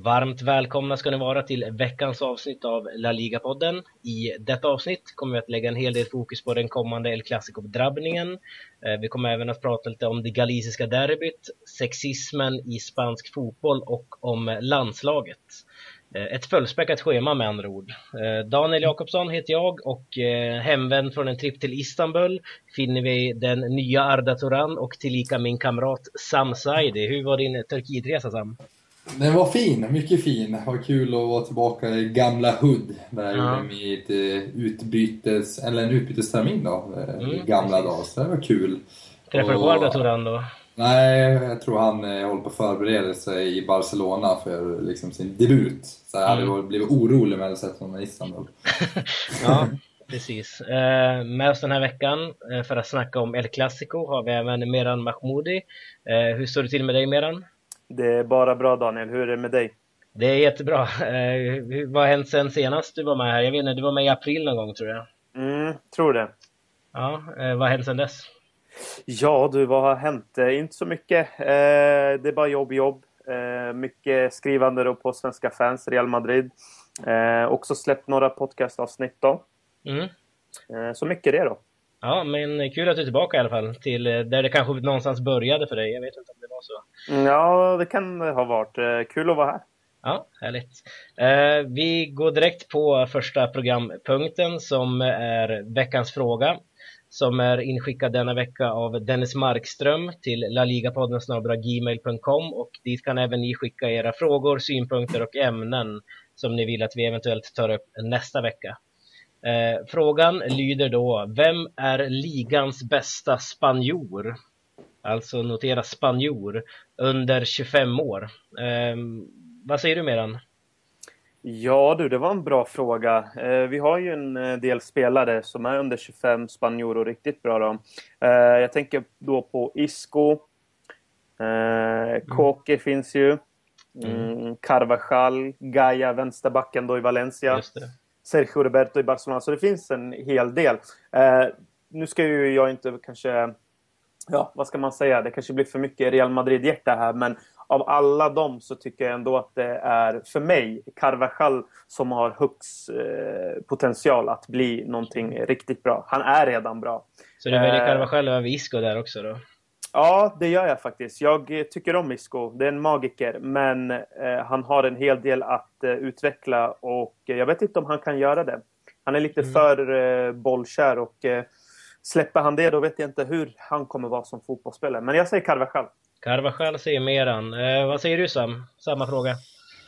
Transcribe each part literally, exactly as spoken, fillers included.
Varmt välkomna ska ni vara till veckans avsnitt av La Liga-podden. I detta avsnitt kommer vi att lägga en hel del fokus på den kommande El Clasico-drabbningen. Vi kommer även att prata lite om det galiciska derbyt, sexismen i spansk fotboll och om landslaget. Ett fullspäckat schema med andra ord. Daniel Jakobsson heter jag och hemvänd från en tripp till Istanbul finner vi den nya Arda Turan och tillika min kamrat Sam Saidi. Hur var din Turkiet-resa, Sam? Den var fin, mycket fin. Det var kul att vara tillbaka i gamla Hood där jag Ja. gjorde mitt utbytes, eller en utbytestermin då, Mm, gamla precis. dag. Så det var kul. Träffade du på Arda Turan då? Nej, jag tror han eh, håller på att förbereda sig i Barcelona för liksom sin debut. Så jag hade Mm. blivit orolig med att sett honom i Istanbul. Ja, precis. Eh, med oss den här veckan eh, för att snacka om El Clasico har vi även Meran Mahmoudi. Eh, hur står det till med dig, Meran? Det är bara bra, Daniel. Hur är det med dig? Det är jättebra. Eh, hur- vad har hänt sen senast du var med här? Jag vet inte, du var med i april någon gång, tror jag. Mm, tror det. Ja, eh, vad har hänt sen dess? Ja, du, vad har hänt? Eh, inte så mycket. Eh, det är bara jobb, jobb. Eh, mycket skrivande då på Svenska fans, Real Madrid. Eh, också släppt några podcastavsnitt då. Mm. Eh, så mycket det då. Ja, men kul att du är tillbaka i alla fall. Till eh, där det kanske någonstans började för dig. Jag vet inte om det var så. Mm, ja, det kan det ha varit. Eh, kul att vara här. Ja, härligt. Eh, vi går direkt på första programpunkten som är veckans fråga. Som är inskickad denna vecka av Dennis Markström till laligapodden snabel-a gmail punkt com. Och dit kan även ni skicka era frågor, synpunkter och ämnen som ni vill att vi eventuellt tar upp nästa vecka. Eh, frågan lyder då: vem är ligans bästa spanjor? Alltså notera spanjor under tjugofem år. Eh, vad säger du, Meran? Ja du, det var en bra fråga. Eh, vi har ju en eh, del spelare som är under tjugofem, spanjor riktigt bra då. Eh, jag tänker då på Isco. Eh, Koke finns ju. Mm, Carvajal, Gaia, vänsterbacken då i Valencia. Just det. Sergio Roberto i Barcelona. Så det finns en hel del. Eh, nu ska ju jag inte kanske... Ja, vad ska man säga? Det kanske blir för mycket Real Madrid-hjärta här. Men av alla dem så tycker jag ändå att det är för mig Carvajal som har högst eh, potential att bli någonting riktigt bra. Han är redan bra. Så du väljer Eh, Carvajal över Isco där också då? Ja, det gör jag faktiskt. Jag eh, tycker om Isco. Det är en magiker. Men eh, han har en hel del att eh, utveckla. Och eh, jag vet inte om han kan göra det. Han är lite Mm. för eh, bollkär. Och eh, släpper han det, då vet jag inte hur han kommer vara som fotbollsspelare. Men jag säger Carvajal. Carvajal säger Meran. Eh, vad säger du, Sam? Samma fråga.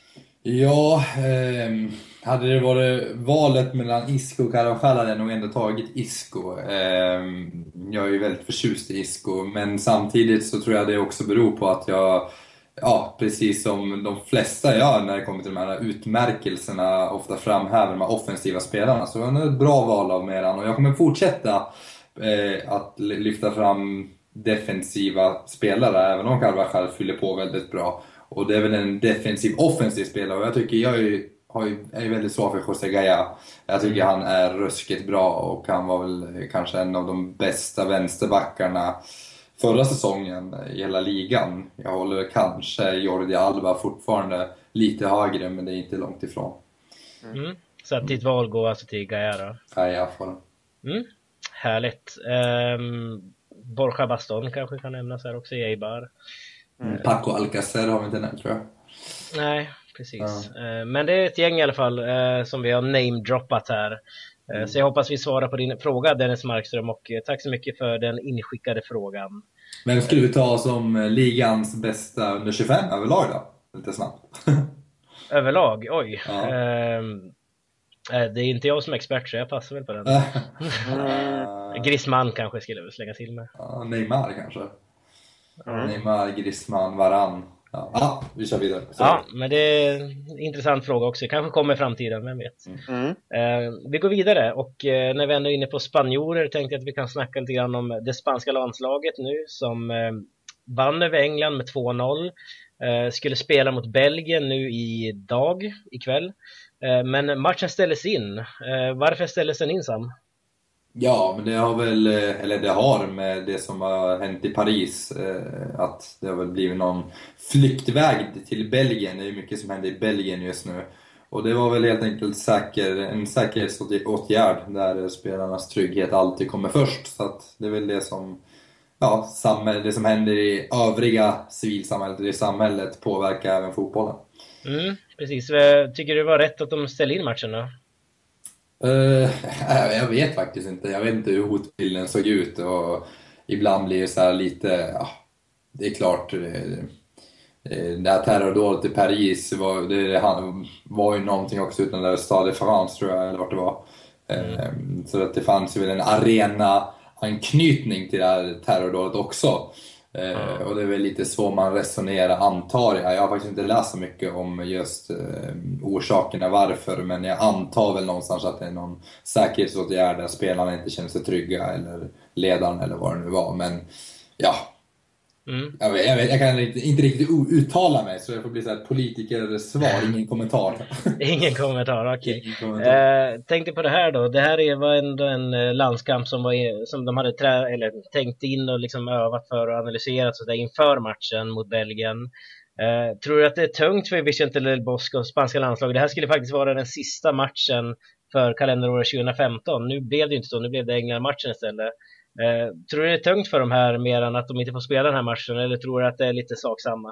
Ja, eh, hade det varit valet mellan Isco och Carvajal hade jag nog ändå tagit Isco. Eh, jag är ju väldigt förtjust i Isco, men samtidigt så tror jag det också beror på att jag, ja, precis som de flesta gör när det kommer till de här utmärkelserna, ofta framhäver de här offensiva spelarna. Så det är ett bra val av Meran, och jag kommer fortsätta eh, att lyfta fram defensiva spelare, även om Carvajal fyller på väldigt bra. Och det är väl en defensiv offensiv spelare, och jag tycker jag är ju, har ju, är ju väldigt svag för José Gaia. Jag tycker han är ruskigt bra, och han var väl kanske en av de bästa vänsterbackarna förra säsongen i hela ligan. Jag håller kanske Jordi Alba fortfarande lite högre, men det är inte långt ifrån. Mm. Så att ditt val går alltså till Gaia då? Gaia får den. Mm. Härligt. Um, Borja Baston kanske kan nämnas här också i Eibar. Mm. Paco Alcacer har vi inte nämnt, tror jag. Nej, precis. Eh, Men det är ett gäng i alla fall eh, som vi har namedroppat här. Eh, Mm. Så jag hoppas vi svarar på din fråga, Dennis Markström. Och eh, tack så mycket för den inskickade frågan. Vem skulle vi ta som ligans bästa under tjugofem överlag då? Lite snabbt. Överlag, oj. Ja. Ehm, eh, det är inte jag som är expert, så jag passar väl på den. Uh, Griezmann kanske skulle jag slänga till med. ja, Neymar kanske. Mm. Neymar, Griezmann, Varane. Ja, ah, vi kör vidare. Så. Ja, men det är en intressant fråga också. Kanske kommer i framtiden, vem vet. Mm. Eh, vi går vidare, och eh, när vi ändå är inne på spanjorer tänkte jag att vi kan snacka lite grann om det spanska landslaget nu som eh, vann över England med två noll. Eh, skulle spela mot Belgien nu idag, ikväll. Eh, men matchen ställdes in. Eh, varför ställdes den in, Sam? Ja, men det har väl, eller det har med det som har hänt i Paris, eh, att det har väl blivit någon flyktväg till Belgien. Det är ju mycket som händer i Belgien just nu. Och det var väl helt enkelt säker, en säkerhetsåtgärd där spelarnas trygghet alltid kommer först. Så att det är väl det som, ja, samhälle, det som händer i övriga civilsamhället, det samhället påverkar även fotbollen. Mm, precis. Tycker du det var rätt att de ställde in matchen då? Uh, jag vet faktiskt inte. Jag vet inte hur hotbilden såg ut. Och ibland blir det så här lite... Ja, det är klart... Det här terrordådet i Paris var, det var ju någonting också utan det Stade de France, tror jag, eller vart det var. Mm. Så att det fanns ju väl en arena-anknytning till det här terrordådet också. Mm. Och det är väl lite så man resonerar, antar jag. Jag har faktiskt inte läst så mycket om just orsakerna varför, men jag antar väl någonstans att det är någon säkerhetsåtgärd där spelarna inte känner sig trygga, eller ledaren eller vad det nu var. Men ja... Mm. Jag, vet, jag, vet, jag kan inte, inte riktigt uttala mig, så det får bli så här politikersvar, ingen kommentar. Ingen kommentar, okej. Okay. Eh, tänkte på det här då. Det här var ändå en landskamp som, var, som de hade trä, eller tänkt in och liksom övat för och analyserat så där inför matchen mot Belgien. Eh, tror du att det är tungt för Vicente Del Bosque och spanska landslaget? Det här skulle faktiskt vara den sista matchen för kalenderåret tjugohundrafemton. Nu blev det inte så, nu blev det England-matchen istället. Eh, tror du det är tungt för de här mer än att de inte får spela den här matchen, eller tror du att det är lite saksamma?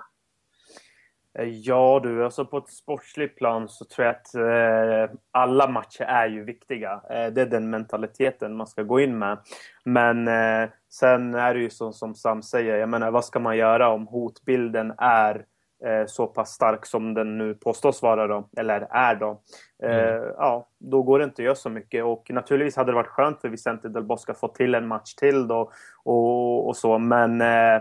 Ja du, alltså på ett sportsligt plan så tror jag att eh, alla matcher är ju viktiga. Eh, det är den mentaliteten man ska gå in med. Men eh, sen är det ju så, som Sam säger, jag menar, vad ska man göra om hotbilden är eh, så pass stark som den nu påstås vara då, eller är då. Eh, mm. Ja, då går det inte att göra så mycket. Och naturligtvis hade det varit skönt för Vicente Del Bosque att få till en match till då, och, och så. Men eh,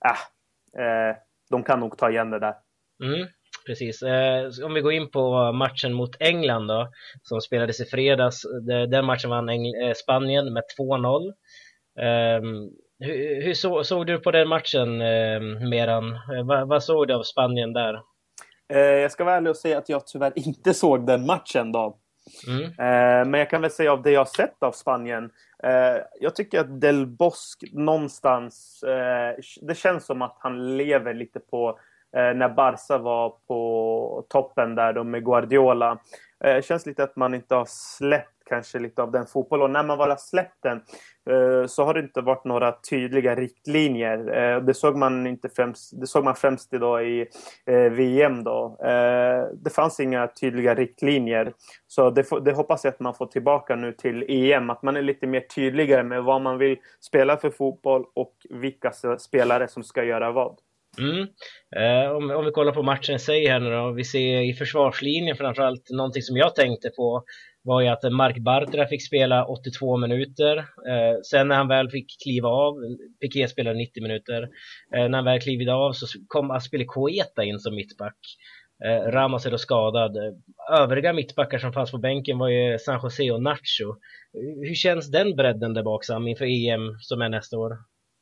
eh, de kan nog ta igen det där. Mm, precis. Eh, om vi går in på matchen mot England då, som spelades i fredags. Den matchen vann Engl- eh, Spanien med två noll. Eh, hur hur så, såg du på den matchen, eh, Meran? Eh, vad, vad såg du av Spanien där? Eh, jag ska vara ärlig och säga att jag tyvärr inte såg den matchen då. Mm. Eh, men jag kan väl säga av det jag har sett av Spanien. Eh, jag tycker att Del Bosque någonstans, eh, det känns som att han lever lite på när Barca var på toppen där då med Guardiola. Det eh, känns lite att man inte har släppt kanske lite av den fotboll. Och när man väl har släppt den eh, så har det inte varit några tydliga riktlinjer. Eh, det såg man inte främst, det såg man främst idag i eh, V M då. Eh, det fanns inga tydliga riktlinjer. Så det, det hoppas jag att man får tillbaka nu till E M. Att man är lite mer tydligare med vad man vill spela för fotboll och vilka spelare som ska göra vad. Mm. Eh, om, om vi kollar på matchen i sig här nu då, vi ser i försvarslinjen framförallt någonting som jag tänkte på var ju att Marc Bartra fick spela åttiotvå minuter. Eh, sen när han väl fick kliva av, Piqué spelade nittio minuter, eh, när han väl klivit av så kom Azpilicueta in som mittback. Eh, Ramos är då skadad. Övriga mittbackar som fanns på bänken var ju San Jose och Nacho. Hur känns den bredden där baksam inför E M som är nästa år?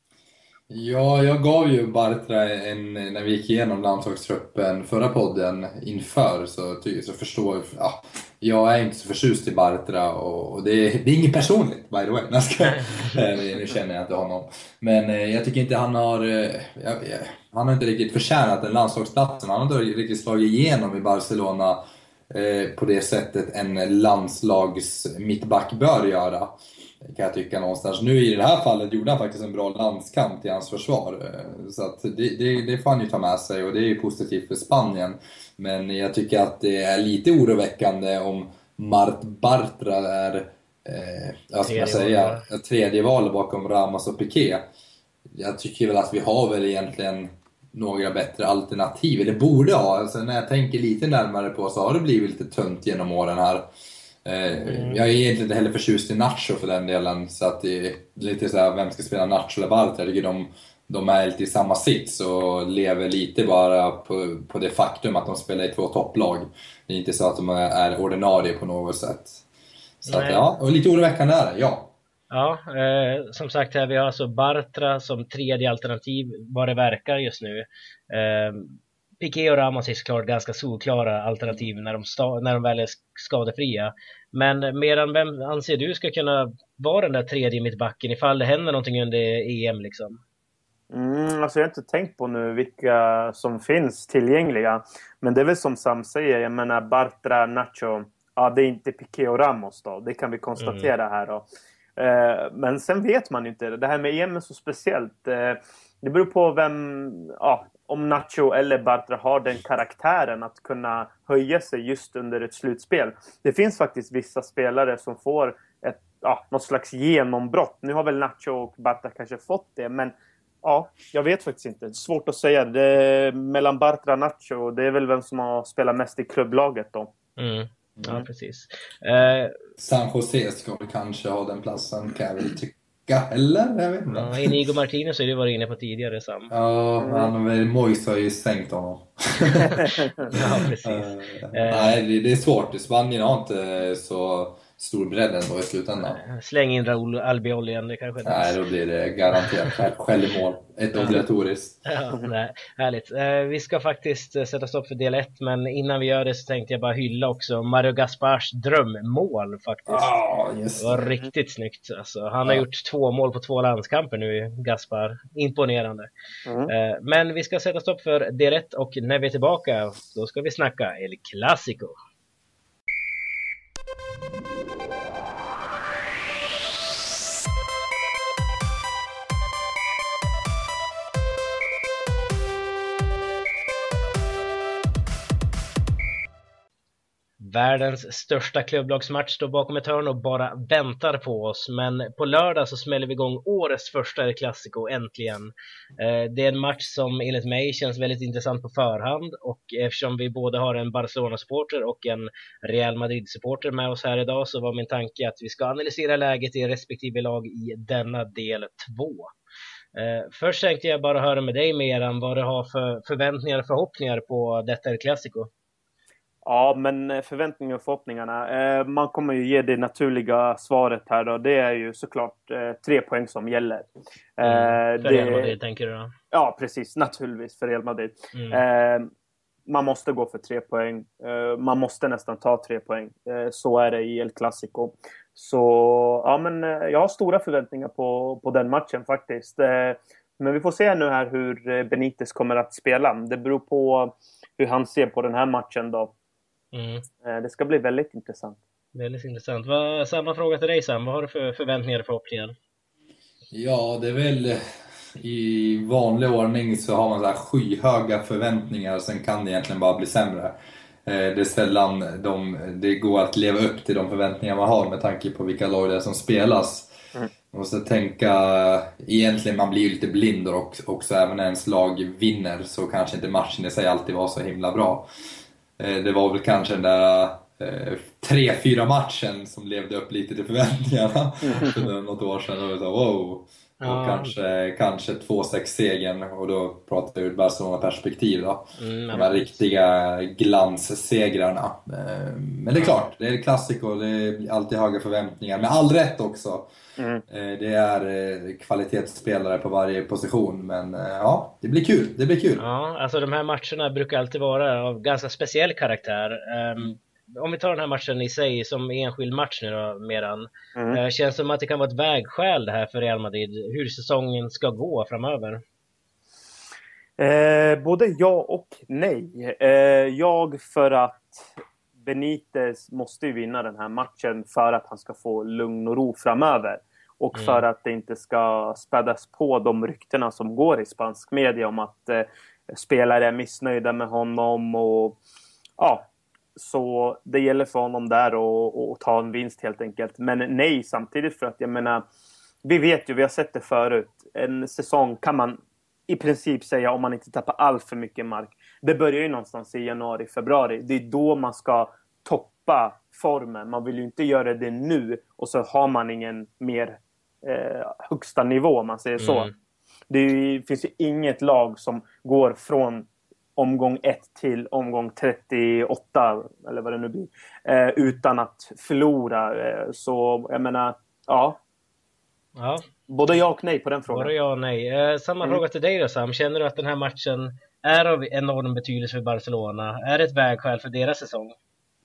Ja, jag gav ju Bartra en, när vi gick igenom landslagstruppen förra podden inför, så, så förstår ja, jag är inte så förtjust i Bartra och, och det, är, det är inget personligt, by the way. Jag ska, nu känner jag inte honom. Men jag tycker inte han har jag, han har inte riktigt förtjänat den landslagsplatsen. Han har inte riktigt slagit igenom i Barcelona eh, på det sättet en landslags mittback bör göra, kan jag tycka någonstans. Nu i det här fallet gjorde han faktiskt en bra landskamp till hans försvar. Så att det, det, det får han ju ta med sig och det är ju positivt för Spanien. Men jag tycker att det är lite oroväckande om Marc Bartra är eh, jag ska säga, ett tredje val bakom Ramos och Piqué. Jag tycker väl att vi har väl egentligen några bättre alternativ. Eller borde ha. Alltså när jag tänker lite närmare på så har det blivit lite tunt genom åren här. Mm. Jag är egentligen inte heller förtjust i Nacho för den delen. Så att det är lite så här, vem ska spela Nacho eller Bartra? Jag tycker de, de är lite i samma sits och lever lite bara på, på det faktum att de spelar i två topplag. Det är inte så att de är ordinarie på något sätt. Så att, ja, och lite oroväckande är det, ja. Ja, eh, som sagt här vi har alltså Bartra som tredje alternativ vad det verkar just nu. Eh, Piqué och Ramos är såklart ganska solklara alternativ när de, sta- när de väl är skadefria. Men medan vem anser du ska kunna vara den där tredje mittbacken ifall det händer någonting under E M liksom? Mm, alltså jag har inte tänkt på nu vilka som finns tillgängliga. Men det är väl som Sam säger, jag menar Bartra, Nacho. Ja, det är inte Piqué och Ramos då. Det kan vi konstatera mm. här då. Eh, men sen vet man ju inte. Det här med E M är så speciellt. Eh, det beror på vem, ja, om Nacho eller Bartra har den karaktären att kunna höja sig just under ett slutspel. Det finns faktiskt vissa spelare som får ett, ja, något slags genombrott. Nu har väl Nacho och Bartra kanske fått det, men ja, jag vet faktiskt inte. Svårt att säga. Det är mellan Bartra och Nacho. Det är väl vem som har spelat mest i klubblaget då. Mm. Ja, mm. precis. Eh, San Jose ska väl kanske ha den platsen, kan jag väl tycka. Eller? Jag vet inte. Ja, Inigo Martinez har du varit inne på tidigare, Sam. Ja, han väl Mois har ju sänkt honom. Ja, precis. uh, uh, nej, det, det är svårt. Spanien har inte så stor bredden då i slutändan. Släng in Raúl Albiol igen, det kanske inte. Nej, då blir det garanterat självmål. Ett obligatoriskt. Ja, nej, härligt. Eh, vi ska faktiskt eh, sätta stopp för del ett, men innan vi gör det så tänkte jag bara hylla också Mario Gaspars drömmål faktiskt. Ah, just det var riktigt snyggt. Alltså, han har ja. gjort två mål på två landskamper nu, Gaspar. Imponerande. Mm. Eh, men vi ska sätta stopp för del ett och när vi är tillbaka, då ska vi snacka El Clásico. Världens största klubblagsmatch står bakom ett hörn och bara väntar på oss. Men på lördag så smäller vi igång årets första El Clásico, äntligen. Det är en match som enligt mig känns väldigt intressant på förhand. Och eftersom vi både har en Barcelona-supporter och en Real Madrid-supporter med oss här idag, så var min tanke att vi ska analysera läget i respektive lag i denna del två. Först tänkte jag bara höra med dig, Meran, vad du har för förväntningar och förhoppningar på detta El Clásico. Ja, men förväntningarna och förhoppningarna. Eh, man kommer ju ge det naturliga svaret här då. Det är ju såklart eh, tre poäng som gäller. Eh, mm, för det... Real Madrid tänker du då? Ja, precis. Naturligtvis för Real Madrid. Mm. Eh, man måste gå för tre poäng. Eh, man måste nästan ta tre poäng. Eh, så är det i El Clásico. Så ja, men eh, jag har stora förväntningar på, på den matchen faktiskt. Eh, men vi får se nu här hur Benitez kommer att spela. Det beror på hur han ser på den här matchen då. Mm. Det ska bli väldigt intressant. Väldigt intressant. Vad, samma fråga till dig, Sam. Vad har du för förväntningar och förhoppningar? Ja, det är väl i vanlig ordning så har man så här skyhöga förväntningar, sen kan det egentligen bara bli sämre. Det är sällan de, det går att leva upp till de förväntningar man har med tanke på vilka lag det är som spelas. Mm. Man måste tänka, egentligen man blir ju lite blind också, också även när ens lag vinner så kanske inte matchen i sig alltid var så himla bra. Det var väl kanske den där eh, tre fyra matchen som levde upp lite till förväntningarna för något år sedan. Och vi sa, wow. Ja. Och kanske, kanske två sex segern, och då pratar vi ur Barcelona-perspektiv då. Mm, de här riktiga glanssegrarna. Eh, men det är klart, det är klassiko, det är alltid höga förväntningar. Med all rätt också. Mm. Eh, det är eh, kvalitetsspelare på varje position. Men eh, ja, det blir kul, det blir kul. Ja, alltså de här matcherna brukar alltid vara av ganska speciell karaktär. Um, om vi tar den här matchen i sig som enskild match nu då, Meran. Mm. Uh, känns som att det kan vara ett vägskäl det här för Real Madrid, hur säsongen ska gå framöver. Eh, både ja och nej. Eh, jag för att Benitez måste ju vinna den här matchen för att han ska få lugn och ro framöver. Och mm. för att det inte ska spädas på de ryktena som går i spansk media om att eh, spelare är missnöjda med honom. Och ja, så det gäller för honom där att ta en vinst helt enkelt. Men nej, samtidigt för att jag menar, vi vet ju, vi har sett det förut. En säsong kan man i princip säga, om man inte tappar allt för mycket mark. Det börjar ju någonstans i januari, februari. Det är då man ska toppa formen. Man vill ju inte göra det nu och så har man ingen mer eh, högsta nivå, om man säger så. Mm. Det är ju, finns ju inget lag som går från omgång ett till omgång trettioåtta, eller vad det nu blir, eh, utan att förlora. Eh, så jag menar, ja. Ja. Både ja och nej på den frågan. Både ja och nej. Eh, samma mm. fråga till dig då, Sam. Känner du att den här matchen är av enorm betydelse för Barcelona? Är det ett vägskäl för deras säsong?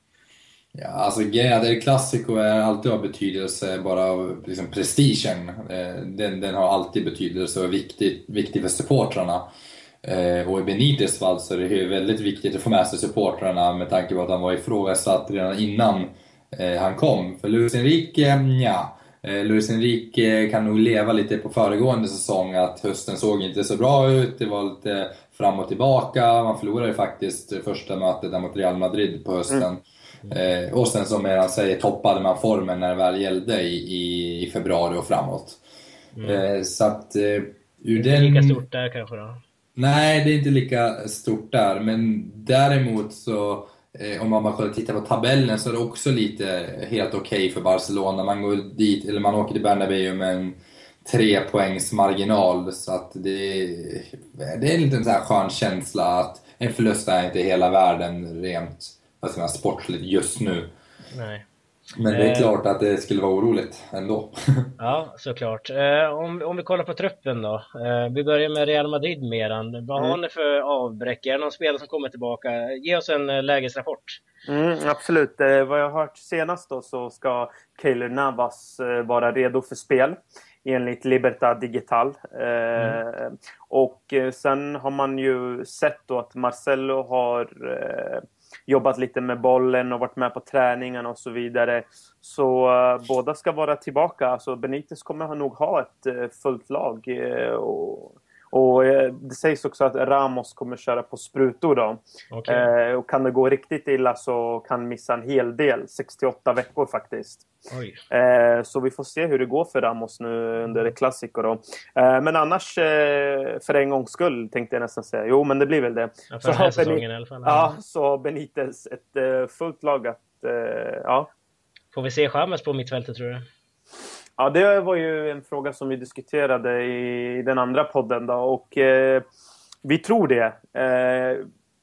Ja, alltså El Clasico är alltid av betydelse bara av liksom, prestigen. Den, den har alltid betydelse och är viktig, viktig för supportrarna. Och i Benites fall så är det väldigt viktigt att få med sig supportrarna med tanke på att han var ifrågasatt redan innan han kom. För Luis Enrique, ja. Luis Enrique kan nog leva lite på föregående säsong att hösten såg inte så bra ut. Det var lite fram och tillbaka. Man förlorade faktiskt första mötet där mot Real Madrid på hösten. Mm. Eh, och sen som han säger toppade man formen när det väl gällde i, i, i februari och framåt. Mm. Eh, så att eh, ur det är den... inte lika stort där kanske då? Nej, det är inte lika stort där. Men däremot så eh, om man bara tittar på tabellen så är det också lite helt okej okay för Barcelona. Man går dit, eller man åker till Bernabéu med en tre poängs marginal. Så att det, det är en liten så här skön känsla att en förlust är inte hela världen rent alltså sportligt just nu. Nej. Men det är klart att det skulle vara oroligt ändå. Ja, såklart. Eh, om, om vi kollar på truppen då. Eh, vi börjar med Real Madrid medan. Vad mm. har ni för avbräck? Är det någon spelare som kommer tillbaka? Ge oss en eh, lägesrapport. Mm, absolut. Eh, vad jag har hört senast då så ska Keylor Navas eh, vara redo för spel enligt Libertad Digital. Eh, mm. Och eh, sen har man ju sett då att Marcelo har eh, jobbat lite med bollen och varit med på träningarna och så vidare. Så uh, båda ska vara tillbaka. Alltså Benitez kommer nog ha ett uh, fullt lag. Uh, och och uh, det sägs också att Ramos kommer köra på sprutor då. Okay. Uh, och kan det gå riktigt illa så kan missa en hel del. sextioåtta veckor faktiskt. Oj. Uh, så vi får se hur det går för Ramos nu under det Clasico då. Uh, men annars uh, för en gångs skull tänkte jag nästan säga. Jo, men det blir väl det. Ja, för så har säsongen i alla fall. Ja, så Benitez ett uh, fullt lag att uh, ja. Får vi se James på mittfältet tror du? Ja, det var ju en fråga som vi diskuterade i den andra podden då. Och uh, vi tror det. Uh,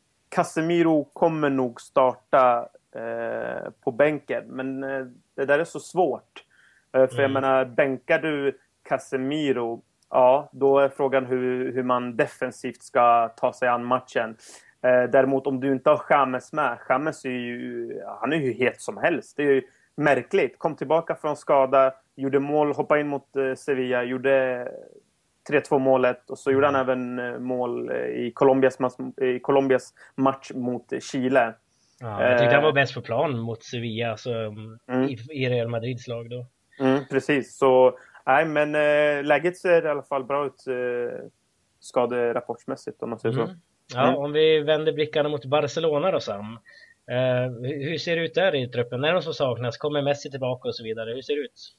Casemiro kommer nog starta uh, på bänken. Men uh, det där är så svårt. Uh, för mm. jag menar, bänkar du Casemiro, ja, då är frågan hur, hur man defensivt ska ta sig an matchen. Uh, däremot om du inte har James med, James är ju, han är ju het som helst. Det är ju märkligt. Kom tillbaka från skada, gjorde mål, hoppade in mot uh, Sevilla, gjorde tre två målet och så gjorde han även uh, mål uh, i, Colombias, i Colombias match mot uh, Chile. Ja, jag tyckte uh, han var bäst på plan mot Sevilla alltså, mm. i, i Real Madrids lag då. Mm, precis, så nej, men uh, läget ser i alla fall bra ut uh, skaderapportsmässigt om man säger mm. så. Ja, mm. Om vi vänder blickarna mot Barcelona då Sam. Uh, hur ser det ut där i truppen? När de som saknas? Kommer Messi tillbaka och så vidare? Hur ser det ut?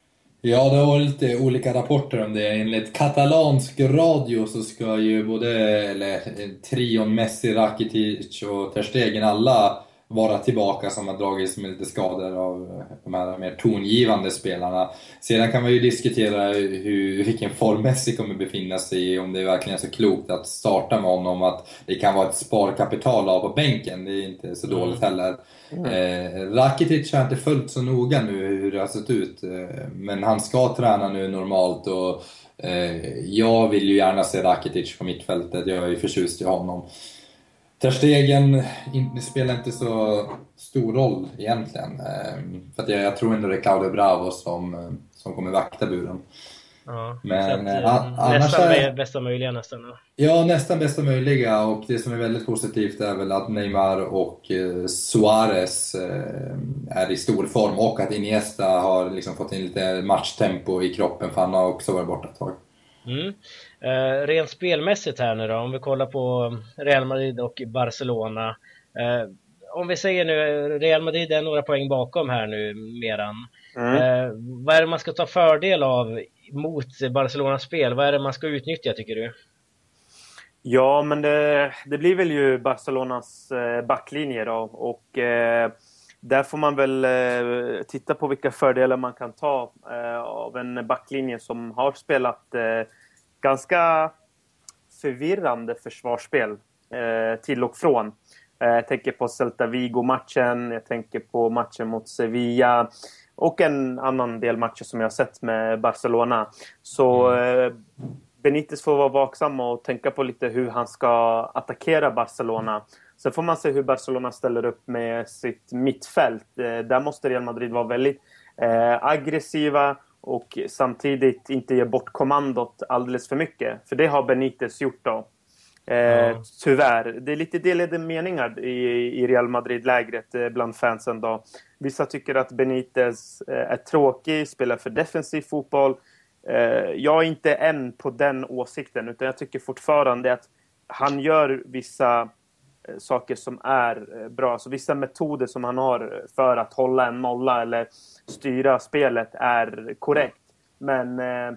Ja, det har lite olika rapporter om det. Enligt katalansk radio så ska ju både eller, trion Messi, Rakitic och Ter Stegen alla vara tillbaka som har dragits med lite skador av de här mer tongivande spelarna. Sedan kan man ju diskutera hur, vilken form Messi kommer befinna sig i, om det verkligen är så klokt att starta med honom, att det kan vara ett sparkapital av på bänken, det är inte så dåligt heller. Mm. Eh, Rakitic har inte följt så noga nu hur det har sett ut, men han ska träna nu normalt och eh, jag vill ju gärna se Rakitic på mittfältet, jag är ju förtjust i honom. Ter Stegen spelar inte så stor roll egentligen. För att jag, jag tror ändå det är Claudio Bravo som, som kommer vakta buren. Ja, men att, a, nästan är, bästa möjliga nästan. Då. Ja, nästan bästa möjliga. Och det som är väldigt positivt är väl att Neymar och eh, Suarez eh, är i stor form. Och att Iniesta har liksom fått in lite matchtempo i kroppen, för han har också varit borta ett tag. Mm. Eh, rent spelmässigt här nu då, om vi kollar på Real Madrid och Barcelona. Eh, om vi säger nu, Real Madrid är några poäng bakom här nu medan. Mm. Eh, vad är det man ska ta fördel av mot Barcelonas spel? Vad är det man ska utnyttja tycker du? Ja, men det, det blir väl ju Barcelonas eh, backlinje då. Och eh, där får man väl eh, titta på vilka fördelar man kan ta eh, av en backlinje som har spelat eh, ganska förvirrande försvarsspel eh, till och från. Eh, jag tänker på Celta Vigo-matchen, jag tänker på matchen mot Sevilla och en annan del matcher som jag har sett med Barcelona. Så eh, Benitez får vara vaksam och tänka på lite hur han ska attackera Barcelona. Sen får man se hur Barcelona ställer upp med sitt mittfält. Eh, där måste Real Madrid vara väldigt eh, aggressiva och samtidigt inte ge bort kommandot alldeles för mycket. För det har Benitez gjort då. Eh, ja. Tyvärr. Det är lite delade meningar i, i Real Madrid-lägret eh, bland fansen då. Vissa tycker att Benitez eh, är tråkig, spelar för defensiv fotboll. Eh, jag är inte än på den åsikten, utan jag tycker fortfarande att han gör vissa eh, saker som är eh, bra. Så vissa metoder som han har för att hålla en nolla eller styra spelet är korrekt. Men eh,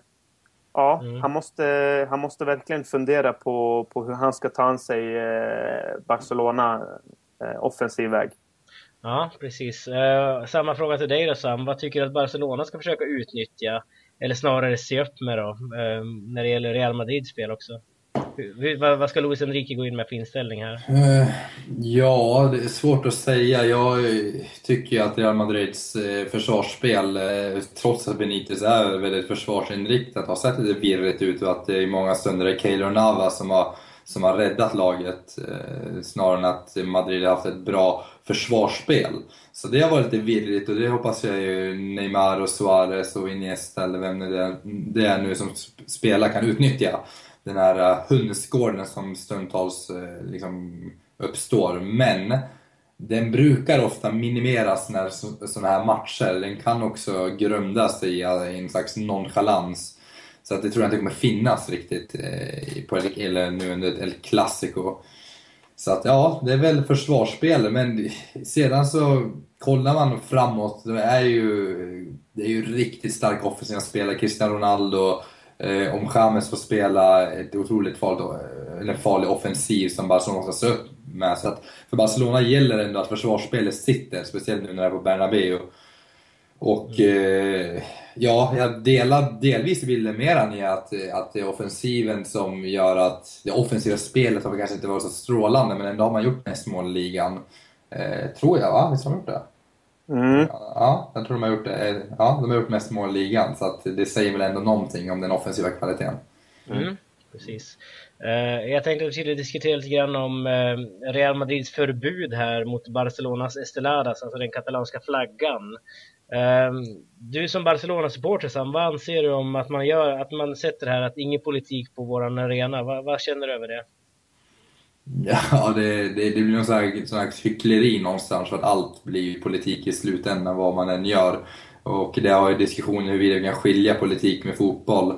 ja, mm. han, måste, han måste verkligen fundera på, på hur han ska ta an sig eh, Barcelona eh, offensiv väg. Ja, precis. Uh, samma fråga till dig då, Sam. Vad tycker du att Barcelona ska försöka utnyttja, eller snarare se upp med då, uh, när det gäller Real Madrids spel också? Hur, vad, vad ska Luis Enrique gå in med för inställning här? Uh, ja, det är svårt att säga. Jag tycker att Real Madrids uh, försvarsspel, uh, trots att Benitez är väldigt försvarsinriktat, har sett lite virrigt ut, och att det i många stunder är Keylor Navas som har som har räddat laget, eh, snarare än att Madrid har haft ett bra försvarsspel. Så det har varit lite virrigt, och det hoppas jag ju Neymar och Suarez och Iniesta eller vem det är, det är nu som spelar kan utnyttja. Den här uh, hundskåren som stundtals uh, liksom uppstår. Men den brukar ofta minimeras när sådana här matcher. Den kan också grundas i, uh, i en slags nonchalans. Så att det tror jag inte kommer finnas riktigt eh, på el, eller nu under ett El Clasico. Så att ja, det är väl försvarsspel. Men sedan så kollar man framåt. Det är ju, det är ju riktigt starka offensiva spelare. Cristiano Ronaldo, eh, om James får spela ett otroligt farligt, eller farlig offensiv som Barcelona måste se upp med. Så att för Barcelona gäller det ändå att försvarsspelet sitter. Speciellt nu när det är på Bernabéu. Och eh, ja, jag delar delvis bilden mer än i att, att det är offensiven som gör att det offensiva spelet har kanske inte varit så strålande, men ändå har man gjort mest mål i ligan. Eh, tror jag, va? Visst har de gjort det? Mm. Ja, jag tror de har gjort det. Ja, de har gjort mest mål i ligan, så att det säger väl ändå någonting om den offensiva kvaliteten. Mm, precis. Uh, jag tänkte att vi skulle diskutera lite grann om uh, Real Madrids förbud här mot Barcelonas Esteladas, alltså den katalanska flaggan. Uh, du som Barcelona-supporter, Sam, vad anser du om att man gör, att man sätter här att ingen politik på våran arena? Va, vad känner du över det? Ja, det, det, det blir någon slags, slags hyckleri någonstans, för att allt blir politik i slutändan vad man än gör. Och det har ju diskussioner hur vi kan skilja politik med fotboll.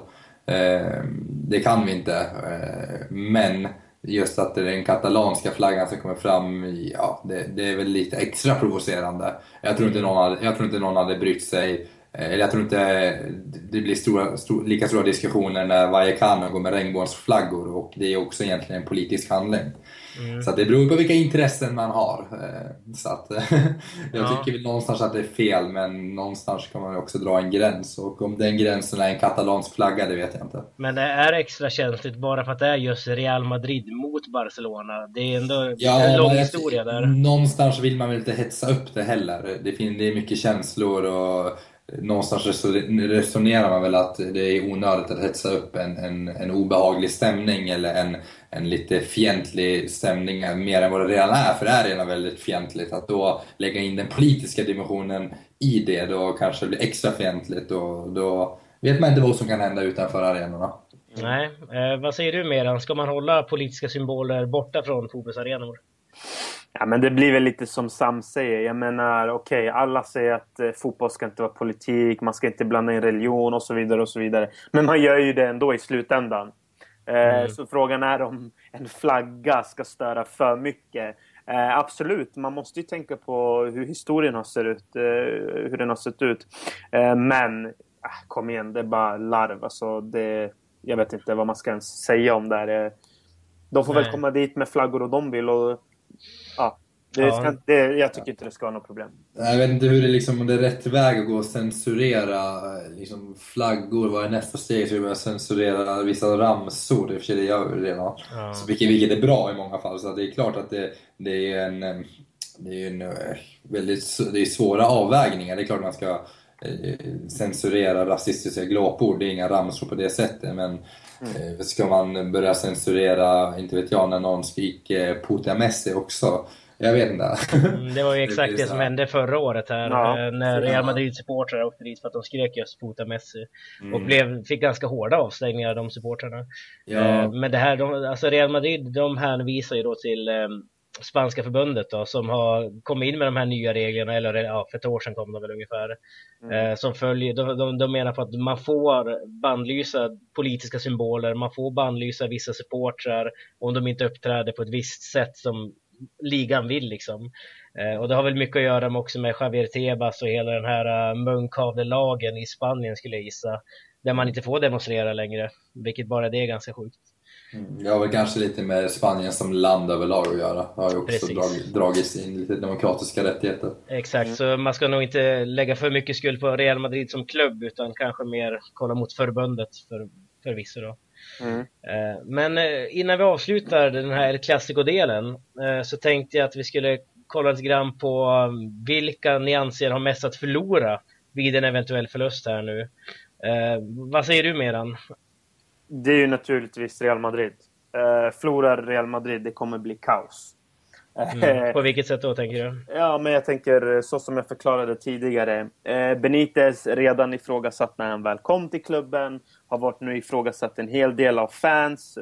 Eh, det kan vi inte. Eh, men just att det är den katalanska flaggan som kommer fram, ja, det, det är väl lite extra provocerande. Jag tror inte någon hade, jag tror inte någon hade brytt sig. Eller jag tror inte det blir stora, stor, lika stora diskussioner när Vallecano går med regnbågsflaggor, och det är också egentligen en politisk handling. Mm. Så att det beror på vilka intressen man har. Så att jag ja. tycker väl någonstans att det är fel, men någonstans kan man också dra en gräns, och om den gränsen är en katalansk flagga, det vet jag inte. Men det är extra känsligt bara för att det är just Real Madrid mot Barcelona. Det är ändå ja, en lång historia där. Någonstans vill man väl inte hetsa upp det heller. Det finns det är mycket känslor, och någonstans resonerar man väl att det är onödigt att hetsa upp en, en, en obehaglig stämning eller en, en lite fientlig stämning mer än vad det redan är, för det är redan väldigt fientligt. Att då lägga in den politiska dimensionen i det, då kanske det blir extra fientligt, och då vet man inte vad som kan hända utanför arenorna. Nej, eh, vad säger du Meran? Ska man hålla politiska symboler borta från fotbollsarenor? Ja, men det blir väl lite som Sam säger. Jag menar, okej, okay, alla säger att eh, fotboll ska inte vara politik, man ska inte blanda in religion och så vidare och så vidare. Men man gör ju det ändå i slutändan. Eh, mm. Så frågan är om en flagga ska störa för mycket. Eh, absolut, man måste ju tänka på hur historien har sett ut, eh, hur den har sett ut. Eh, men, eh, kom igen, det är bara larv. Alltså, det, jag vet inte vad man ska ens säga om det här. Eh, de får Nej. väl komma dit med flaggor och de vill, och ja, det ska, det, jag tycker inte det ska vara något problem. Jag vet inte hur det liksom, om det är rätt väg att gå och censurera liksom, flaggor. Vad är nästa steg? Så vi börjar censurera vissa ramsor. Det, för det gör vi redan. Ja. Så vilket, vilket är bra i många fall. Så det är klart att det, det är en, det är en väldigt det är svåra avvägningar. Det är klart man ska censurera rasistiska glåpord. Det är inga ramsor på det sättet, men mm. ska man börja censurera, inte vet jag, när någon skriker Puta Messi också? Jag vet inte. Mm, det var ju exakt det, det som hände förra året här, ja. när Real Madrid-supportrar åkte dit för att de skrek just Puta Messi. Mm. Och blev, fick ganska hårda avstängningar, de supportrarna. Ja. Men det här, de, alltså Real Madrid, de hänvisar ju då till eh, Spanska förbundet då, som har kommit in med de här nya reglerna, eller ja, för ett år sedan kom de väl ungefär, mm. eh, som följer, de, de, de menar på att man får bandlysa politiska symboler, man får bandlysa vissa supportrar om de inte uppträder på ett visst sätt som ligan vill liksom. Eh, och det har väl mycket att göra med också med Javier Tebas och hela den här uh, munkavlelagen i Spanien, skulle jag gissa, där man inte får demonstrera längre, vilket bara det är ganska sjukt. Mm, jag har väl kanske lite med Spanien som land överlag att göra. Jag har ju också drag, dragits in lite demokratiska rättigheter. Exakt, mm. så man ska nog inte lägga för mycket skuld på Real Madrid som klubb, utan kanske mer kolla mot förbundet för, för vissa då. Mm. Men innan vi avslutar den här Clasico-delen så tänkte jag att vi skulle kolla lite grann på vilka ni anser har mest att förlora vid en eventuell förlust här nu. Vad säger du, Meran? Det är ju naturligtvis Real Madrid. Förlorar Real Madrid, det kommer bli kaos. Mm. På vilket sätt då, tänker du? Ja, men jag tänker så som jag förklarade tidigare. Benitez redan ifrågasatt när han väl kom till klubben. Har varit nu ifrågasatt en hel del av fans.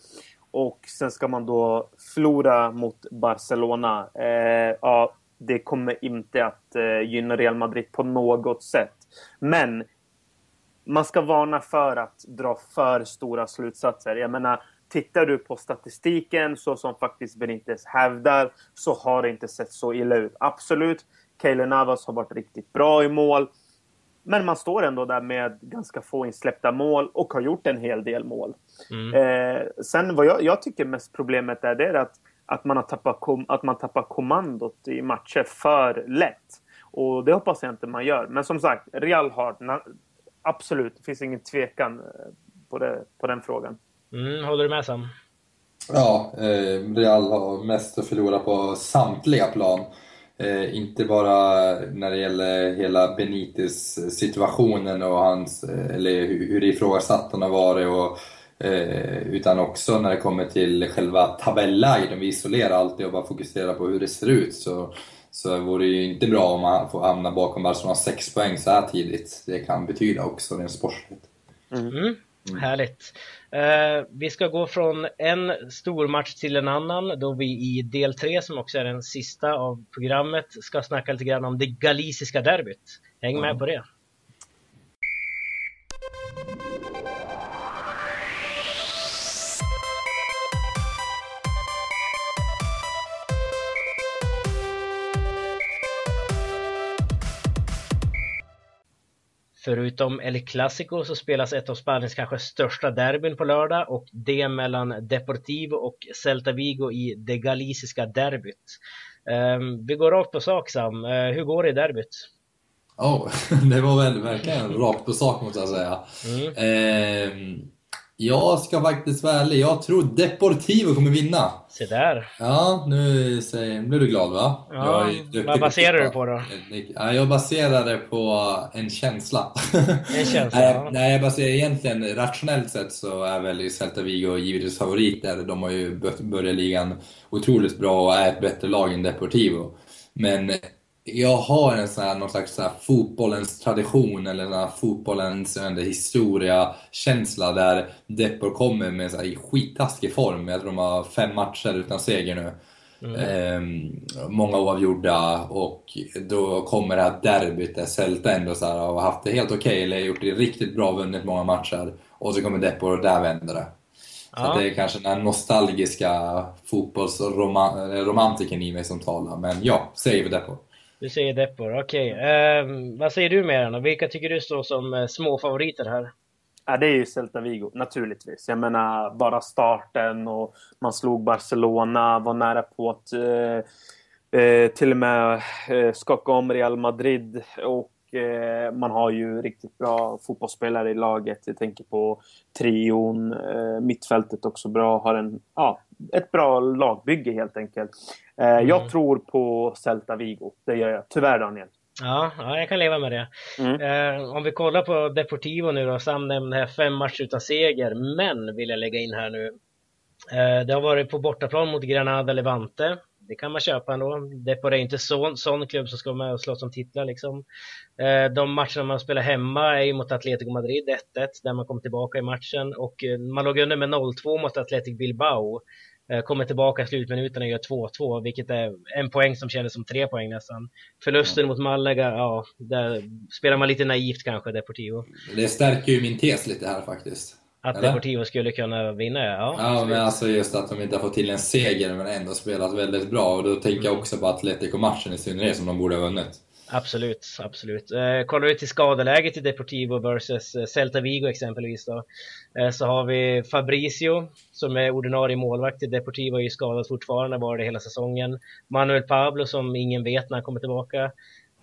Och sen ska man då förlora mot Barcelona. Ja, det kommer inte att gynna Real Madrid på något sätt. Men man ska varna för att dra för stora slutsatser. Jag menar, tittar du på statistiken så som faktiskt Benitez hävdar, så har det inte sett så illa ut. Absolut, Keylor Navas har varit riktigt bra i mål. Men man står ändå där med ganska få insläppta mål och har gjort en hel del mål. Mm. Eh, sen vad jag, jag tycker mest problemet är det är att, att, man har tappat kom, att man tappar kommandot i matcher för lätt. Och det hoppas jag inte man gör. Men som sagt, Real har absolut, det finns ingen tvekan på, det, på den frågan. Mm, håller du med, Sam? Ja, eh, Real har mest att förlora på samtliga plan. Eh, inte bara när det gäller hela Benitez situationen och hans, eller hur, hur det ifrågasatt han har varit, och, eh, utan också när det kommer till själva tabelläget. Vi isolerar alltid och bara fokuserar på hur det ser ut, så, så vore det ju inte bra om man får hamna bakom Barcelona sex poäng så här tidigt. Det kan betyda också den sportsligt. Mm. Mm. Härligt. Uh, vi ska gå från en stor match till en annan, då vi i del tre, som också är den sista av programmet, ska snacka lite grann om det galiciska derbyt. Häng mm. med på det. Förutom El Clasico så spelas ett av Spaniens kanske största derbyn på lördag, och det mellan Deportivo och Celta Vigo i det galiciska derbyt. Um, vi går rakt på sak, Sam. Uh, hur går det i derbyt? Oh, det var väl verkligen rakt på sak, måste jag säga. Mm. Um, jag ska faktiskt vara ärlig. Jag tror Deportivo kommer vinna. Se där. Ja, nu säger, blir du glad, va? Ja, vad baserar du på då? Ja, jag baserar det på en känsla. En känsla, ja. Nej, jag baserar egentligen, rationellt sett så är väl Celta Vigo givetvis favoriter. De har ju börjat ligan otroligt bra och är ett bättre lag än Deportivo. Men jag har en sån här, någon slags så här fotbollens tradition, eller sån här fotbollens ändå historia känsla, där Depor kommer med så här i skittaskig form. Jag tror de har fem matcher utan seger nu. Mm. Eh, många oavgjorda, och då kommer det här derbyt där Celta ändå så här har haft det helt okej, okay, eller gjort det riktigt bra, vunnit många matcher, och så kommer Depor och där vänder det. Så ja. Det är kanske den nostalgiska fotbollsromantiken i mig som talar, men ja, säger vi Depor. Du säger Depor, okej. Okay. Eh, vad säger du med den? Vilka tycker du står som eh, små favoriter här? Ja, det är ju Celta Vigo, naturligtvis. Jag menar, bara starten, och man slog Barcelona, var nära på att eh, eh, till och med eh, skaka om Real Madrid, och eh, man har ju riktigt bra fotbollsspelare i laget. Jag tänker på trion, eh, mittfältet också bra, har en, ja, ett bra lagbygge helt enkelt. Eh, mm. Jag tror på Celta Vigo, det gör jag. Tyvärr, Daniel. Ja, ja, jag kan leva med det. Mm. Eh, om vi kollar på Deportivo nu då, Sam nämnde här fem matcher utan seger, men vill jag lägga in här nu. Eh, det har varit på bortaplan mot Granada Levante. Det kan man köpa ändå. Depor är inte så, sån klubb som ska med och slåss om titlar liksom. Eh, de matcherna man spelar hemma är ju mot Atletico Madrid ett ett, där man kom tillbaka i matchen. Och eh, man låg under med noll två mot Athletic Bilbao. Eh, kommer tillbaka i slutminuterna och gör två två, vilket är en poäng som kändes som tre poäng nästan. Förlusten mot Malaga, ja, där spelar man lite naivt kanske, Deportivo. Det stärker ju min tes lite här faktiskt. Att Eller? Deportivo skulle kunna vinna, ja. Ja, men alltså just att de inte har fått till en seger men ändå spelat väldigt bra. Och då tänker jag också på Atletico-matchen i synnerhet som de borde ha vunnit. Absolut, absolut. Eh, kollar vi till skadeläget i Deportivo versus eh, Celta Vigo exempelvis då, eh, så har vi Fabricio som är ordinarie målvakt i Deportivo, är ju skadad fortfarande, var det hela säsongen. Manuel Pablo som ingen vet när han kommer tillbaka.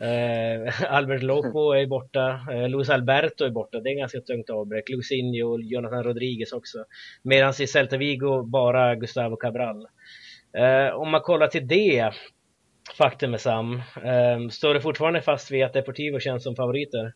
Eh, Albert Loco är borta, eh, Luis Alberto är borta, det är ganska tungt avbräck. Lucinho och Jonathan Rodriguez också. Medan i Celta Vigo bara Gustavo Cabral. Eh, om man kollar till det faktum är Sam, eh, står det fortfarande fast vid att Deportivo känns som favoriter?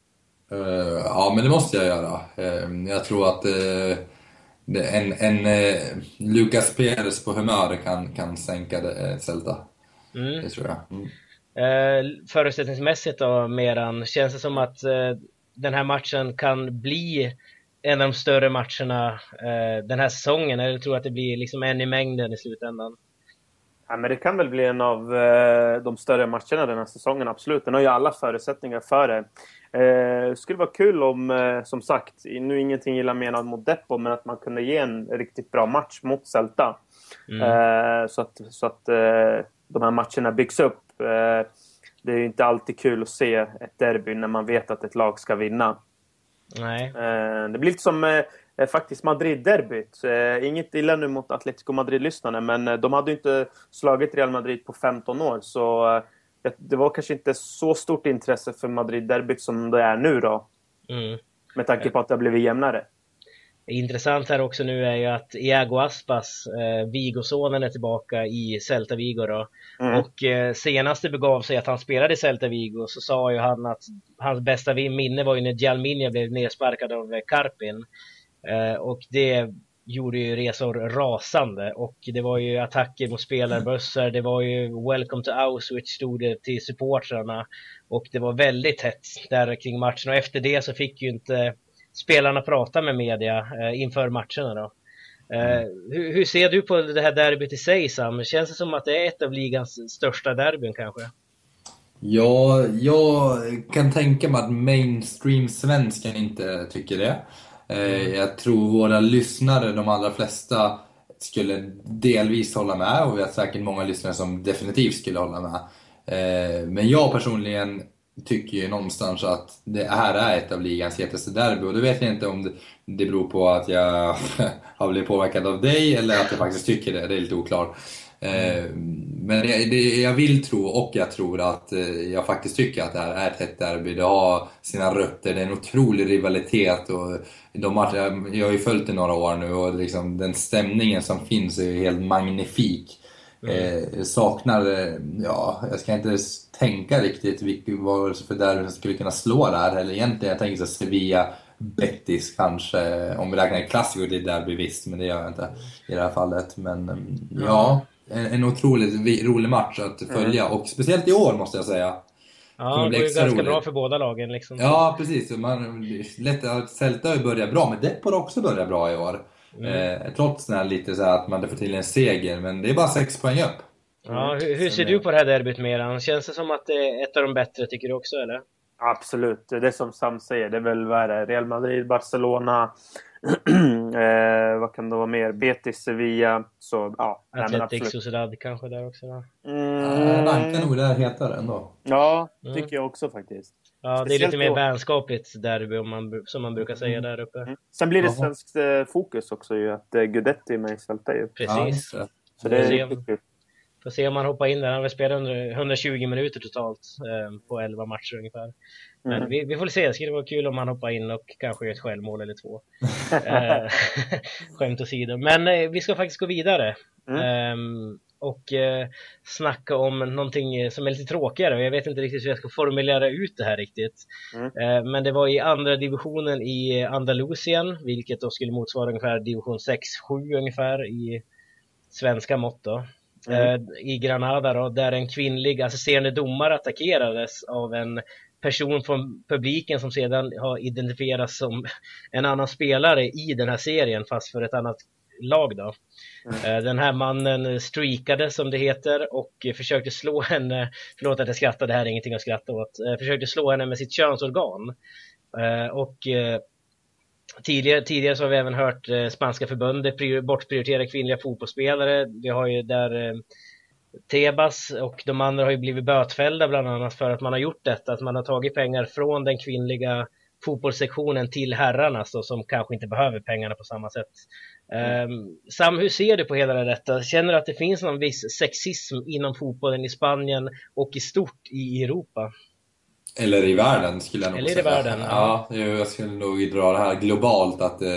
Uh, ja, men det måste jag göra. Uh, jag tror att uh, en, en uh, Lucas Perez på humör kan, kan sänka det, uh, Celta. Mm. Det tror jag. Mm. Eh, förutsättningsmässigt då, Meran, känns det som att eh, den här matchen kan bli en av de större matcherna eh, den här säsongen, eller tror att det blir liksom en i mängden i slutändan? Ja, men det kan väl bli en av eh, de större matcherna den här säsongen, absolut. Den har ju alla förutsättningar för det. Eh, det skulle vara kul om, eh, som sagt, nu ingenting illa menat mot Depo, men att man kunde ge en riktigt bra match mot Celta. Mm. Eh, så att, så att eh, de här matcherna byggs upp. Eh, det är ju inte alltid kul att se ett derby när man vet att ett lag ska vinna. Nej. Eh, det blir lite som eh, faktiskt Madrid-derbyt. Eh, inget illa nu mot Atletico Madrid-lyssnarna, men eh, de hade ju inte slagit Real Madrid på femton år. Så eh, det var kanske inte så stort intresse för Madrid-derbyt som det är nu då. Mm. Med tanke på att det har blivit jämnare. Intressant här också nu är ju att Iago Aspas, eh, Vigo-sonen, är tillbaka i Celta Vigo då. Mm. Och eh, senast det begav sig att han spelade i Celta Vigo, så sa ju han att hans bästa minne var ju när Gialminia blev nedsparkad av Karpin. Eh, och det gjorde ju resor rasande. Och det var ju attacker mot spelarbussar, det var ju Welcome to Auschwitz stod det till supportrarna. Och det var väldigt hett där kring matchen. Och efter det så fick ju inte spelarna prata med media eh, inför matcherna då. Eh, hur, hur ser du på det här derbyt i sig, Sam? Känns det som att det är ett av ligans största derbyn kanske? Ja, jag kan tänka mig att mainstream-svenskan inte tycker det. Eh, jag tror våra lyssnare, de allra flesta, skulle delvis hålla med. Och vi har säkert många lyssnare som definitivt skulle hålla med. Eh, men jag personligen tycker ju någonstans att det här är ett av ligans hetaste derby. Och då vet jag inte om det, det beror på att jag har blivit påverkad av dig eller att jag faktiskt tycker det. Det är lite oklart. Eh, men det, det, jag vill tro, och jag tror att eh, jag faktiskt tycker att det här är ett hett derby. Det har sina rötter, det är en otrolig rivalitet. Och de matcher, jag, jag har ju följt det några år nu och liksom, den stämningen som finns är helt magnifik. Eh, saknar, ja, jag ska inte tänka riktigt vilket, vad för derby som skulle kunna slå där. Eller egentligen, jag tänker så Sevilla, Betis kanske, om vi räknar klassiker till derby, visst, men det gör jag inte i det här fallet. Men ja, en, en otroligt rolig match att följa, och speciellt i år måste jag säga. Ja, det är ganska roligt. Bra för båda lagen liksom. Ja, precis. Man, lätt att Celta börjar bra, men Depor har också börjat bra i år. Mm. Eh, trots när lite så att man inte får till en seger, men det är bara sex poäng upp. Ja, hur, hur ser du på det här derbyt, Meran? Känns det som att det är ett av de bättre, tycker du också, eller? Absolut, det är som Sam säger, det är väl värre. Real Madrid, Barcelona, eh, vad kan det vara mer? Betis, Sevilla, så ja. Atletic Sociedad kanske där också då. Mm. Ranka nog där hetare ändå. Ja, mm. tycker jag också faktiskt. Ja, speciellt det är lite mer vänskapligt derby, om man, som man brukar säga där uppe. Mm. Sen blir det svenskt eh, fokus också ju, att eh, Gudetti med Celta ju. Precis. Ja, så det är riktigt kul. Får se om han hoppar in där. Han har spelat under hundratjugo minuter totalt eh, på elva matcher ungefär. Men mm. vi, vi får se. Det skulle vara kul om han hoppar in och kanske gör ett självmål eller två. eh, skämt åsido. Men eh, vi ska faktiskt gå vidare. Mm. Eh, och eh, snacka om någonting som är lite tråkigare. Jag vet inte riktigt hur jag ska formulera ut det här riktigt. Mm. Eh, men det var i andra divisionen i Andalusien, vilket då skulle motsvara ungefär division sex sju ungefär i svenska mått då. Mm. Eh, i Granada då, där en kvinnlig assisterande domare attackerades av en person från publiken som sedan har identifierats som en annan spelare i den här serien fast för ett annat lag då. Mm. Den här mannen streakade som det heter och försökte slå henne, förlåt att jag skrattar, det här är ingenting att skratta åt, försökte slå henne med sitt könsorgan. Och tidigare, tidigare så har vi även hört Spanska förbundet bortprioritera kvinnliga fotbollsspelare. Vi har ju där Tebas och de andra har ju blivit bötfällda bland annat för att man har gjort detta, att man har tagit pengar från den kvinnliga fotbollssektionen till herrarna så, som kanske inte behöver pengarna på samma sätt. Mm. Um, Sam, hur ser du på hela detta? Känner du att det finns någon viss sexism inom fotbollen i Spanien och i stort i Europa? Eller i världen skulle jag nog Eller säga. I världen, ja. ja, jag skulle nog dra det här globalt att eh,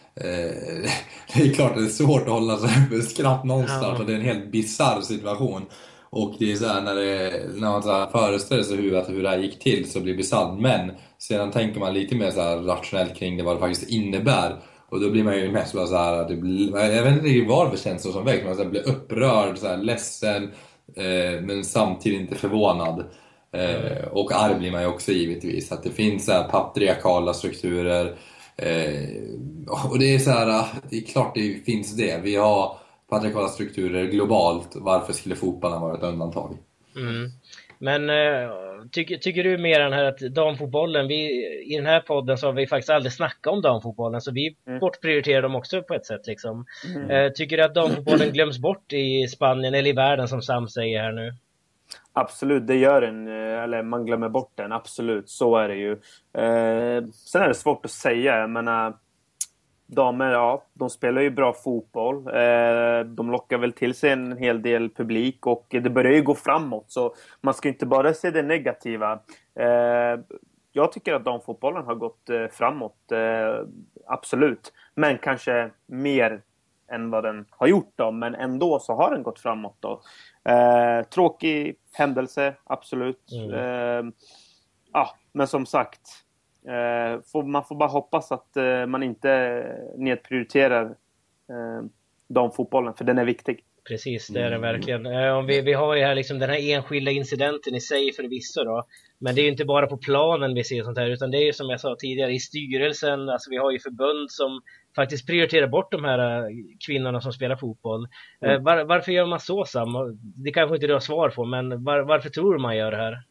det är klart att det är svårt att hålla sig för skratt någonstans, och det är en helt bizarr situation. Och det är så här, när, det, när man så här föreställer sig hur, att hur det här gick till så blir det bizarrt. Men sedan tänker man lite mer så här rationellt kring det, vad det faktiskt innebär. Och då blir man ju mest så här, att det blir, jag vet inte vad för känslor som väcks. Man så här blir upprörd, så här, ledsen, eh, men samtidigt inte förvånad. Eh, och arg blir man ju också givetvis. Att det finns så här patriarkala strukturer. Eh, och det är så här, det är klart det finns det. Vi har patriarkala strukturer globalt. Varför skulle fotbollen vara ett undantag? Mm. Men äh, tycker, tycker du mer än här att damfotbollen, vi, i den här podden så har vi faktiskt aldrig snackat om damfotbollen, så vi mm. bortprioriterar dem också på ett sätt liksom. Mm. Äh, tycker du att damfotbollen glöms bort i Spanien eller i världen, som Sam säger här nu? Absolut, det gör den, eller man glömmer bort den, absolut, så är det ju. Eh, sen är det svårt att säga, jag menar, damer, ja, de spelar ju bra fotboll. Eh, de lockar väl till sig en hel del publik och det börjar ju gå framåt, så man ska inte bara se det negativa. Eh, jag tycker att damfotbollen har gått eh, framåt, eh, absolut, men kanske mer än vad den har gjort då, men ändå så har den gått framåt då. Eh, tråkig händelse, absolut. Mm. Eh, ja, men som sagt, eh, får, man får bara hoppas att eh, man inte nedprioriterar eh, damfotbollen, för den är viktig. Precis, det är det verkligen. Eh, vi, vi har ju här liksom den här enskilda incidenten i sig förvisso då. Men det är ju inte bara på planen vi ser sånt här, utan det är ju som jag sa tidigare i styrelsen. Alltså vi har ju förbund som faktiskt prioriterar bort de här kvinnorna som spelar fotboll. Mm. Var, varför gör man så, Sam? Det kanske inte du har svar på, men var, varför tror du man gör det här?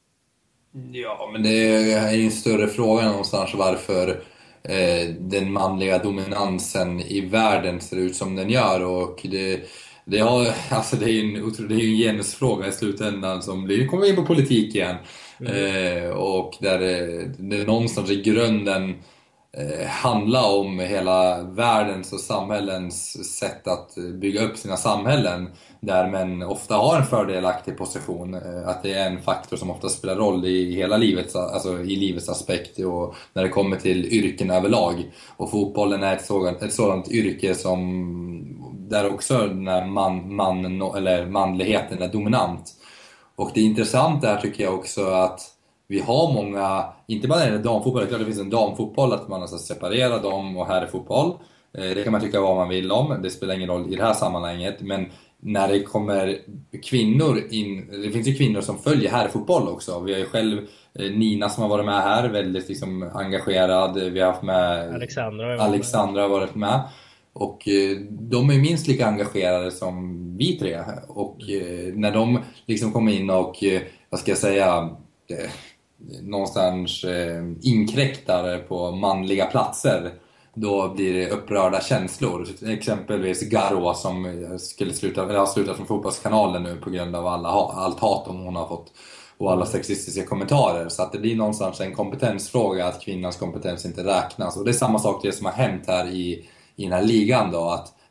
Ja, men det är ju en större fråga någonstans varför eh, den manliga dominansen i världen ser ut som den gör. Och det, det, har, alltså det är ju en, det är en genusfråga i slutändan som blir, kommer in på politik igen. Mm. Eh, och där det, det någonstans i grunden eh, handlar om hela världens och samhällens sätt att bygga upp sina samhällen, där män ofta har en fördelaktig position, eh, att det är en faktor som ofta spelar roll i hela livets, alltså i livets aspekt och när det kommer till yrken överlag. Och fotbollen är ett sådant, ett sådant yrke som där också när man, man, eller manligheten är dominant. Och det intressanta är, tycker jag också, att vi har många, inte bara när det är damfotboll, det är klart det finns en damfotboll, att man alltså separerar dem och här är fotboll. Det kan man tycka vad man vill om, det spelar ingen roll i det här sammanhanget. Men när det kommer kvinnor in, det finns ju kvinnor som följer här fotboll också. Vi har ju själv Nina som har varit med här, väldigt liksom engagerad. Vi har haft med Alexandra, Alexandra har varit med. Och de är minst lika engagerade som vi tre. Och när de liksom kommer in och, vad ska jag säga, någonstans inkräktar på manliga platser, då blir det upprörda känslor. Exempelvis Garå som skulle sluta, eller har slutat från Fotbollskanalen nu på grund av alla, allt hat hon har fått och alla sexistiska kommentarer. Så att det blir någonstans en kompetensfråga, att kvinnans kompetens inte räknas. Och det är samma sak det som har hänt här i, i den här ligan då, att,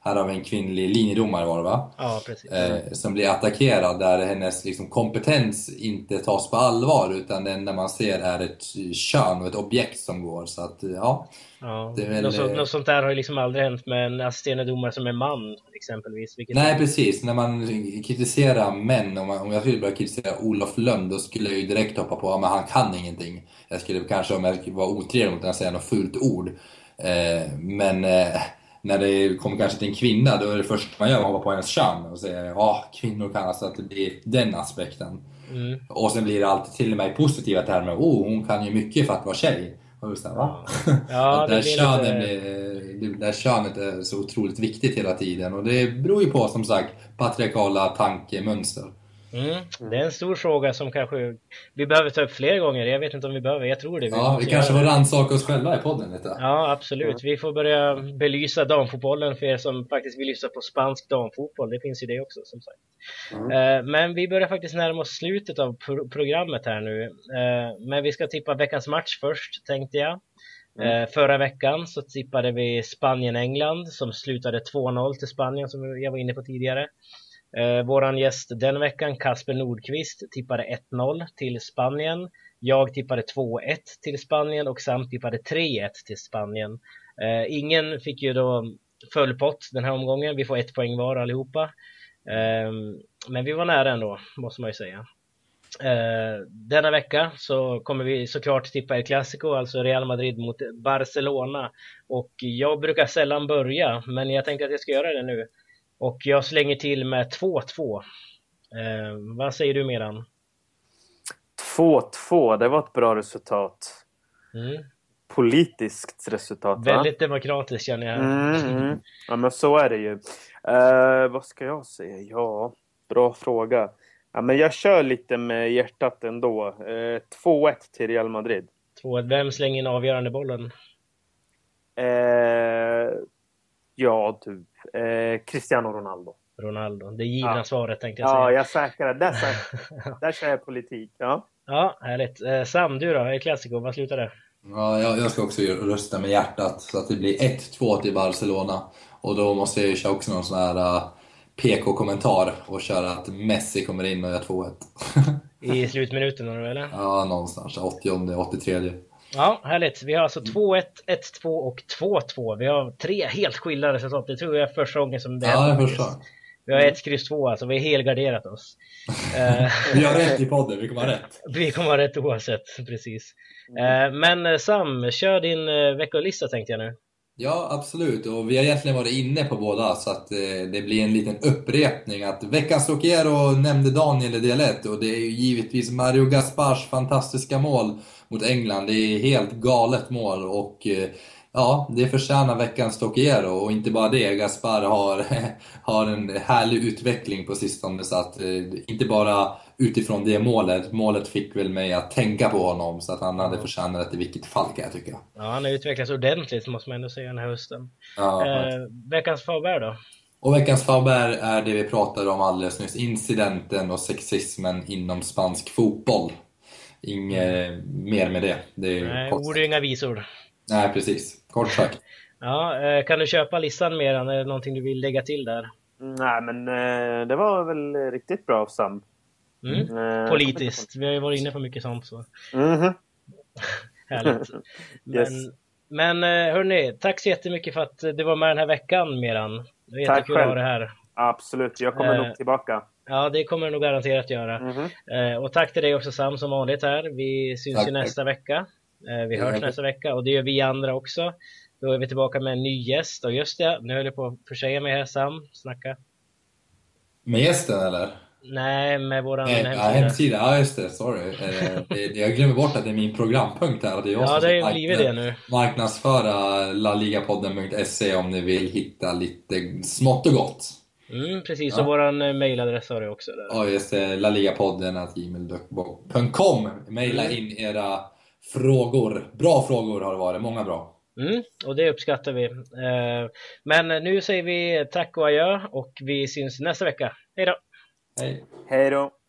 här har vi en kvinnlig linjedomare var det va? Ja, precis. Eh, som blir attackerad där hennes liksom, kompetens inte tas på allvar utan det enda man ser är ett kön och ett objekt som går. Så att ja, Ja, det är väl, något, så, något sånt där har ju liksom aldrig hänt med en assisterande domare som är man exempelvis. Vilket nej är... precis, när man kritiserar män, om, man, om jag skulle börja kritisera Olof Lund då skulle jag ju direkt hoppa på att ja, han kan ingenting. Jag skulle kanske, om jag var otrevlig mot att säga något fult ord. Eh, men eh, när det kommer kanske till en kvinna då är det första man gör att hoppa på hennes kön och säga ja, ah, kvinnor kan alltså att det blir den aspekten. Mm. Och sen blir det alltid till och med positiva termer. Oh, hon kan ju mycket för att vara tjej. Och just där, va? Ja, ja där, det könen lite... är, där könet är så otroligt viktigt hela tiden. Och det beror ju på, som sagt, patriarkala tankemönster. Mm. Det är en stor fråga som kanske vi behöver ta upp fler gånger. Jag vet inte om vi behöver, jag tror det. Vi, ja, vi kanske får rannsaka oss själva i podden lite. Ja, absolut. Vi får börja belysa damfotbollen för er som faktiskt vill lyssna på spansk damfotboll. Det finns ju det också, som sagt. Mm. Men vi börjar faktiskt närma oss slutet av pro- programmet här nu. Men vi ska tippa veckans match först, tänkte jag. Mm. Förra veckan så tippade vi Spanien-England som slutade två noll till Spanien, som jag var inne på tidigare. Eh, våran gäst den veckan, Kasper Nordqvist, tippade ett noll till Spanien. Jag tippade två ett till Spanien och Sam tippade tre ett till Spanien. Eh, ingen fick ju då fullpott den här omgången. Vi får ett poäng var allihopa. Eh, men vi var nära ändå, måste man ju säga. Eh, denna vecka så kommer vi såklart tippa El Clasico, alltså Real Madrid mot Barcelona. Och jag brukar sällan börja, men jag tänkte att jag ska göra det nu. Och jag slänger till med två två. Eh, vad säger du, Meran? två två, det var ett bra resultat. Mm. Politiskt resultat, va? Väldigt demokratiskt känner jag. Mm, mm. Ja, men så är det ju. Uh, vad ska jag säga? Ja, bra fråga. Ja, men jag kör lite med hjärtat ändå. Uh, två ett till Real Madrid. två ett. Vem slänger in avgörande bollen? Uh, ja, du. Eh, Cristiano Ronaldo. Ronaldo, det givna ja. svaret tänkte jag säga. Ja, jag säkrar det. Där, säkrar. Där kör jag politik. Ja, ja härligt. Eh, Sam, du då? Är klassiker, vad slutar det? Ja, jag, jag ska också rösta med hjärtat så att det blir ett två till Barcelona. Och då måste jag ju köra också någon sån här uh, P K-kommentar och köra att Messi kommer in och gör två ett. I slutminuten eller? Ja, någonstans. åttio, åttiotre. Ja, härligt. Vi har alltså två ett, ett två och två två. Vi har tre helt skilda resultat. Det tror jag är första gången som det ja, händer. Ja, första. Vi har ett kryss två, alltså vi har helgarderat oss. Vi har rätt i podden, vi kommer ha rätt. Vi kommer ha rätt oavsett, precis. Mm. Men Sam, kör din veckolista tänkte jag nu. Ja, absolut. Och vi har egentligen varit inne på båda så att det blir en liten upprepning. Att veckans Rockero nämnde Daniel i del ett och det är ju givetvis Mario Gaspars fantastiska mål mot England. Det är helt galet mål och ja, det förtjänar veckans Rockero. Och inte bara det, Gaspar har, har en härlig utveckling på sistone så att inte bara utifrån det målet. Målet fick väl mig att tänka på honom så att han hade förtjänat det i vilket fall kan jag tycka. Ja, han har utvecklats ordentligt måste man ändå säga den här hösten. Ja, eh, veckans Faubert då? Och veckans Faubert är det vi pratade om alldeles nyss. Incidenten och sexismen inom spansk fotboll. Inget mm. mer med det. Det är Nej, ord och inga visor. Nej, precis. Kort sagt. Ja, kan du köpa listan mer? Är det någonting du vill lägga till där? Nej, men det var väl riktigt bra, Sam. Mm. Mm. Politiskt. Vi har ju varit inne på mycket sånt. Så. Mm-hmm. Härligt. Men, yes. men hörni, tack så jättemycket för att du var med den här veckan, Meran. Det är jättekul att ha det här. Absolut, jag kommer eh, nog tillbaka. Ja, det kommer du nog garanterat göra. Mm-hmm. eh, Och tack till dig också, Sam, som vanligt här. Vi syns tack, ju nästa tack. vecka. eh, Vi hörs nästa vecka och det gör vi andra också. Då är vi tillbaka med en ny gäst. Och just det, nu höll jag på att försäga mig här, Sam. Snacka. Med gästen eller? Nej, med våran Nej, hemsida. Ja, hemsida. Ja, just det. Sorry. eh, jag glömmer bort att det är min programpunkt här. Det är jag ja, det har blivit det nu. Marknadsföra laligapodden punkt se om ni vill hitta lite smått och gott. Mm, precis. Ja. Och våran mailadress har du också där. Ja, just det. laligapodden at gmail punkt com. Maila mm. in era frågor. Bra frågor har det varit. Många bra. Mm, och det uppskattar vi. Eh, men nu säger vi tack och adjö och vi syns nästa vecka. Hej då! Hej. Hej då!